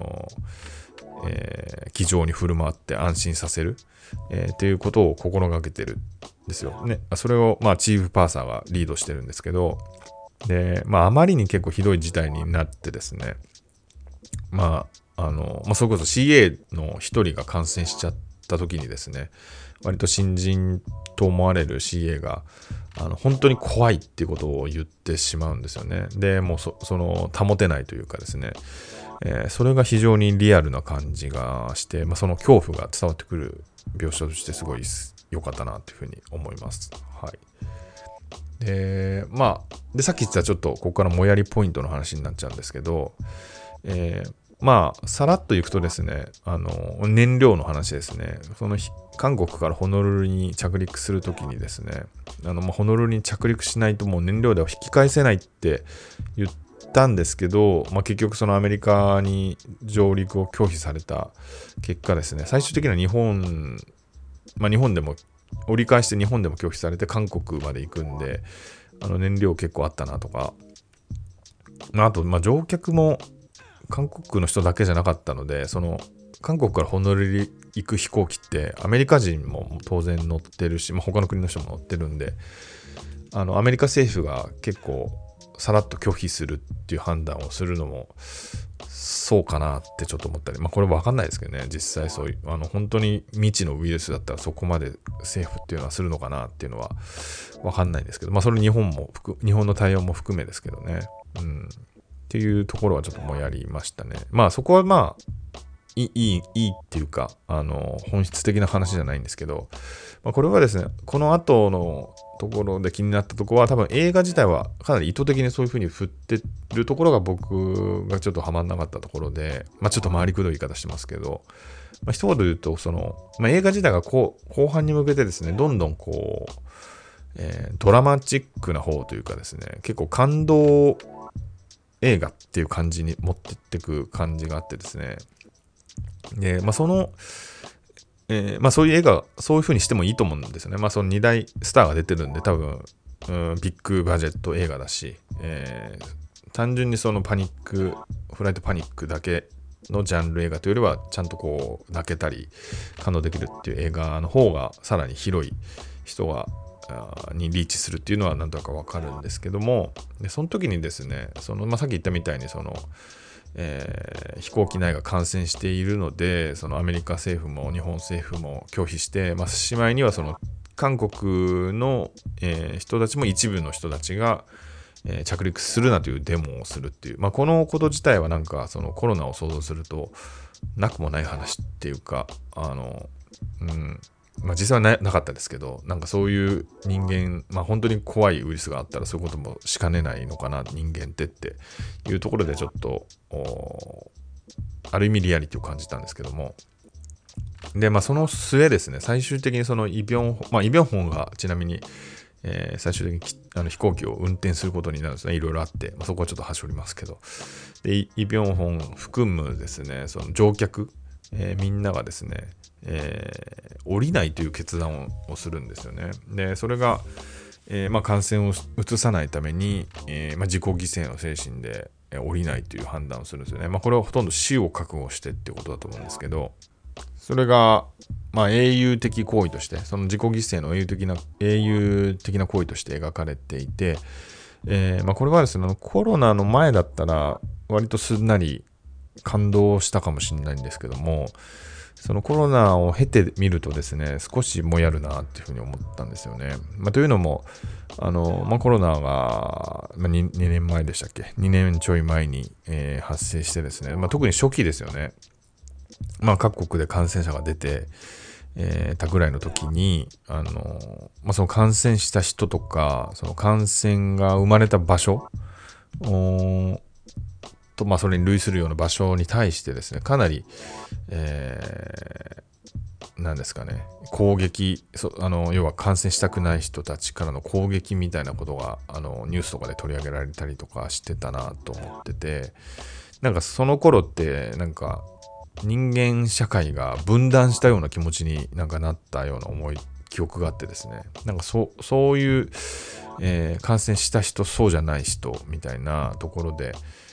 気丈に振る舞って安心させる、っていうことを心がけてるんですよね。それを、まあ、チーフパーサーがリードしてるんですけど、で、まあ、あまりに結構ひどい事態になってですね、まあ、それこそ CA の一人が感染しちゃった時にですね、割と新人と思われる CA が、本当に怖いっていうことを言ってしまうんですよね。で、もうその保てないというかですね、それが非常にリアルな感じがして、まあ、その恐怖が伝わってくる描写としてすごい良かったなというふうに思います。はい。で、まあ、さっき言ってたちょっとここからもやりポイントの話になっちゃうんですけど、まあ、さらっといくとですね、燃料の話ですね。韓国からホノルルに着陸するときにですね、ホノルルに着陸しないともう燃料では引き返せないって言ったんですけど、まあ、結局そのアメリカに上陸を拒否された結果ですね、最終的には日本でも折り返して日本でも拒否されて韓国まで行くんで、燃料結構あったなとか、あと、まあ、乗客も韓国の人だけじゃなかったので、韓国からホノルルに行く飛行機ってアメリカ人も当然乗ってるし、まあ、他の国の人も乗ってるんで、アメリカ政府が結構さらっと拒否するっていう判断をするのもそうかなってちょっと思ったり、まあこれ分かんないですけどね、実際そういう本当に未知のウイルスだったらそこまで政府っていうのはするのかなっていうのは分かんないんですけど、まあそれ日本の対応も含めですけどね、っていうところはちょっともやりましたね。まあそこはまあいいっていうか、本質的な話じゃないんですけど、まあ、これはですね、この後のところで気になったところは、多分映画自体はかなり意図的にそういう風に振ってるところが僕がちょっとハマんなかったところで、まあちょっと回りくどい言い方してますけど、まあ、一言で言うと、まあ、映画自体が後半に向けてですね、どんどんドラマチックな方というかですね、結構感動映画っていう感じに持ってっていく感じがあってですね、で、まあまあそういう映画、そういう風にしてもいいと思うんですよね。まあその2大スターが出てるんで、多分、ビッグバジェット映画だし、単純にそのフライトパニックだけのジャンル映画というよりは、ちゃんと泣けたり、感動できるっていう映画の方が、さらに広い人にリーチするっていうのはなんとなくわかるんですけども、でその時にですね、まあ、さっき言ったみたいに飛行機内が感染しているので、アメリカ政府も日本政府も拒否して、まあ、しまいには韓国の、人たちも一部の人たちが、着陸するなというデモをするっていう、このこと自体はなんかそのコロナを想像するとなくもない話っていうか、実際はなかったですけど、なんかそういう人間、本当に怖いウイルスがあったらそういうこともしかねないのかな、人間っていうところでちょっとある意味リアリティを感じたんですけども、でその末ですね、最終的にそのイ・ビョンホンがちなみに最終的に飛行機を運転することになるんですね。いろいろあって、そこはちょっと端折りますけど。で、イ・ビョンホン含むですね、その乗客、みんながですね、降りないという決断をするんですよね。で、それが、感染を移さないために、自己犠牲の精神で降りないという判断をするんですよね。これはほとんど死を覚悟してってことだと思うんですけど、それが、英雄的行為として、その自己犠牲の英雄的な行為として描かれていて、これはですね、コロナの前だったら、割とすんなり感動したかもしれないんですけども、そのコロナを経てみるとですね、少しもやるなっていうふうに思ったんですよね。というのも、コロナが、2年前でしたっけ ?2 年ちょい前に、発生してですね、特に初期ですよね。各国で感染者が出て、たぐらいの時に、その感染した人とか、その感染が生まれた場所と、それに類するような場所に対してですね、かなり、なんですかね、攻撃、要は感染したくない人たちからの攻撃みたいなことが、ニュースとかで取り上げられたりとかしてたなと思ってて、なんかその頃って、なんか、人間社会が分断したような気持ちになったような記憶があってですね、なんかそういう、感染した人、そうじゃない人みたいなところで、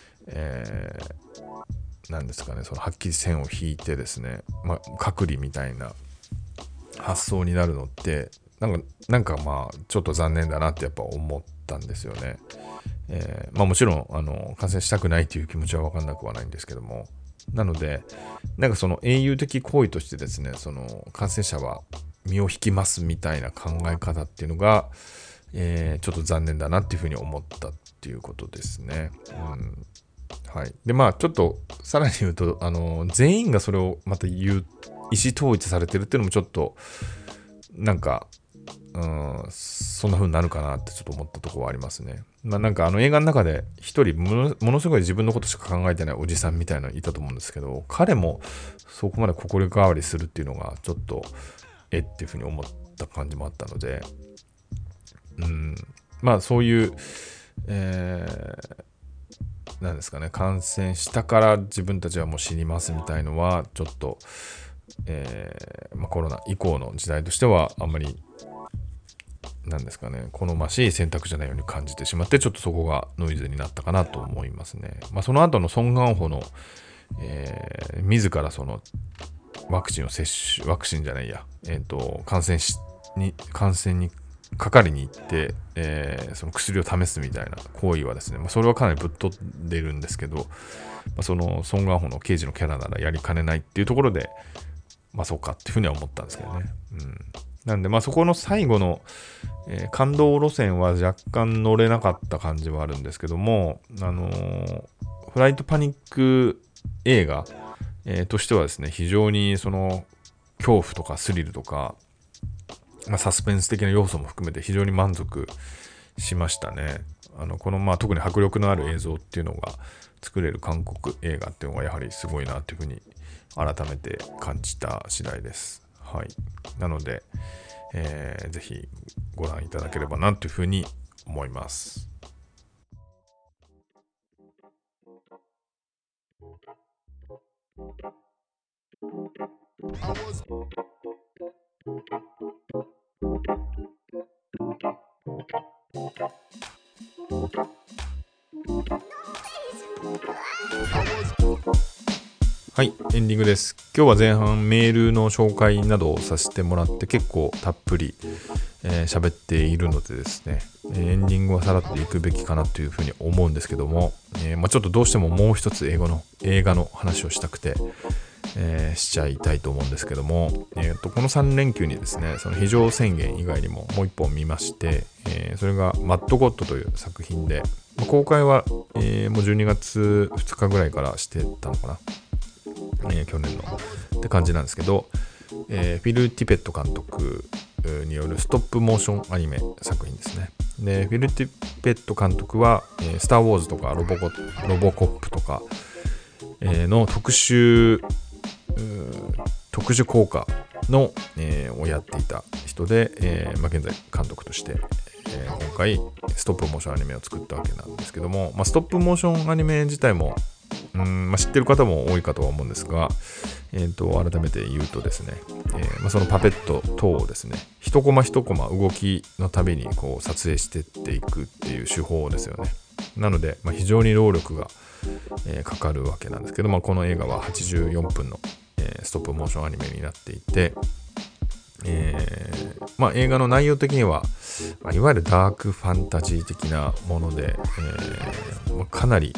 なんですかね、そのはっきり線を引いてですね、隔離みたいな発想になるのって、なんかちょっと残念だなってやっぱ思ったんですよね。もちろん感染したくないという気持ちは分かんなくはないんですけども、なので、なんかその英雄的行為としてですね、その感染者は身を引きますみたいな考え方っていうのが、ちょっと残念だなっていうふうに思ったっていうことですね。はい。で、ちょっとさらに言うと、全員がそれをまた言う、意思統一されてるっていうのもちょっと、なんか、そんな風になるかなってちょっと思ったところはありますね。なんか映画の中で一人ものすごい自分のことしか考えてないおじさんみたいなのいたと思うんですけど、彼もそこまで心変わりするっていうのがちょっとっていう風に思った感じもあったので、そういう、なんですかね、感染したから自分たちはもう死にますみたいのはちょっと、コロナ以降の時代としてはあんまりなんですかね、好ましい選択じゃないように感じてしまって、ちょっとそこがノイズになったかなと思いますね。その後のソン・ガンホの、自らそのワクチンじゃないや、感染にかかりに行って、その薬を試すみたいな行為はですね、それはかなりぶっ飛んでるんですけど、そのソン・ガンホの刑事のキャラならやりかねないっていうところで、そうかっていうふうには思ったんですけどね。なんで、そこの最後の、感動路線は若干乗れなかった感じはあるんですけども、フライトパニック映画、としてはですね、非常にその恐怖とかスリルとか、サスペンス的な要素も含めて非常に満足しましたね。この特に迫力のある映像っていうのが作れる韓国映画っていうのがやはりすごいなというふうに改めて感じた次第です。はい。なので、ぜひご覧いただければなというふうに思います。はい、エンディングです。今日は前半メールの紹介などをさせてもらって結構たっぷり喋っているのでですね、エンディングはさらっていくべきかなというふうに思うんですけども、ちょっとどうしてももう一つ映画の話をしたくて、 しちゃいたいと思うんですけども、この3連休にですね、その非常宣言以外にももう一本見まして、それがマッドゴッドという作品で、公開は、もう12月2日ぐらいからしてたのかな、去年のって感じなんですけど、フィル・ティペット監督によるストップモーションアニメ作品ですね。でフィル・ティペット監督は、スター・ウォーズとかロボコップとか、の特殊効果の、をやっていた人で、現在監督として、今回ストップモーションアニメを作ったわけなんですけども、ストップモーションアニメ自体も知ってる方も多いかとは思うんですが、改めて言うとですね、そのパペット等をですね、一コマ一コマ動きのたびにこう撮影してっていくっていう手法ですよね。なので、非常に労力が、かかるわけなんですけど、この映画は84分の、ストップモーションアニメになっていて、映画の内容的には、いわゆるダークファンタジー的なもので、かなり、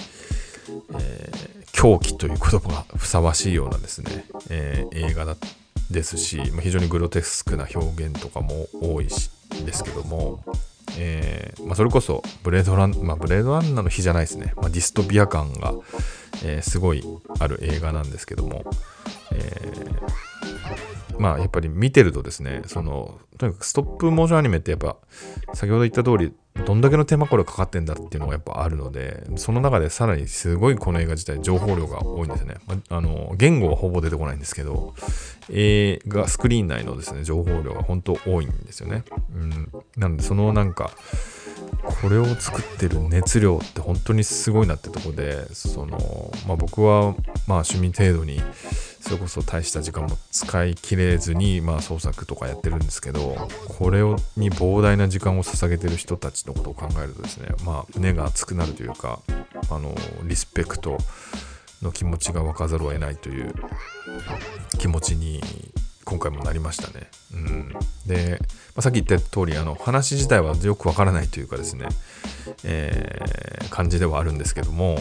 狂気という言葉がふさわしいようなですね、映画ですし、非常にグロテスクな表現とかも多いしですけども、それこそブレードランナーの日じゃないですね、ディストピア感が、すごいある映画なんですけども、やっぱり見てるとですね、とにかくストップモーションアニメってやっぱ先ほど言った通りどんだけの手間これかかってんだっていうのがやっぱあるので、その中でさらにすごいこの映画自体情報量が多いんですね。言語はほぼ出てこないんですけど、スクリーン内のですね情報量が本当多いんですよね。なのでこれを作ってる熱量って本当にすごいなってとこで、僕は趣味程度にそれこそ大した時間も使い切れずに創作とかやってるんですけど、これに膨大な時間を捧げてる人たちのことを考えるとですね、胸が熱くなるというか、リスペクトの気持ちが湧かざるを得ないという気持ちに今回もなりましたね。で、さっき言った通り話自体はよくわからないというかですね、感じではあるんですけども、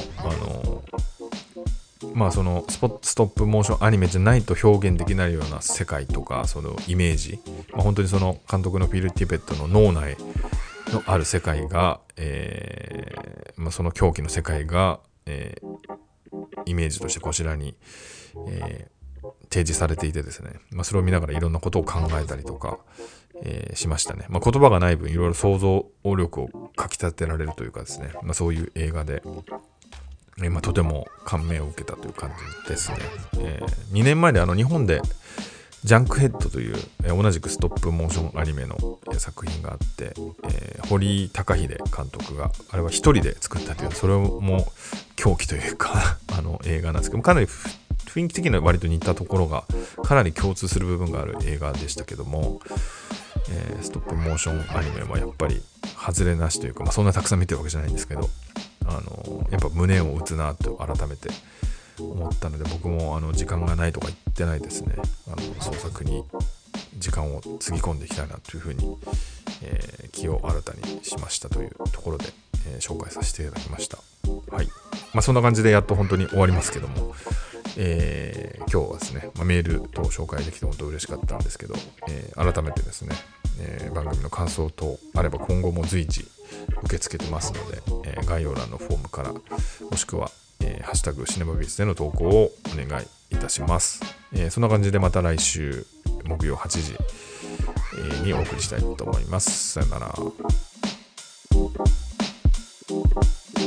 そのストップモーションアニメじゃないと表現できないような世界とかそのイメージ、本当にその監督のフィル・ティペットの脳内のある世界が、その狂気の世界が、イメージとしてこちらに、提示されていてですね、それを見ながらいろんなことを考えたりとか、しましたね。言葉がない分いろいろ想像力をかき立てられるというかですね、そういう映画で、とても感銘を受けたという感じですね。2年前で日本でジャンクヘッドという、同じくストップモーションアニメの、作品があって、堀高秀監督があれは一人で作ったという、それも狂気というか映画なんですけども、かなり雰囲気的には割と似たところがかなり共通する部分がある映画でしたけども、ストップモーションアニメはやっぱり外れなしというか、そんなたくさん見てるわけじゃないんですけど、やっぱ胸を打つなと改めて思ったので、僕も時間がないとか言ってないですね、創作に時間をつぎ込んでいきたいなというふうに、気を新たにしましたというところで、紹介させていただきました。はい。そんな感じでやっと本当に終わりますけども、今日はですね、メール等紹介できて本当嬉しかったんですけど、改めてですね、番組の感想等あれば今後も随時受け付けてますので、概要欄のフォームからもしくは、ハッシュタグシネマビーツでの投稿をお願いいたします。そんな感じでまた来週木曜8時、にお送りしたいと思います。さよな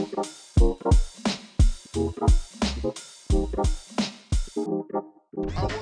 ら。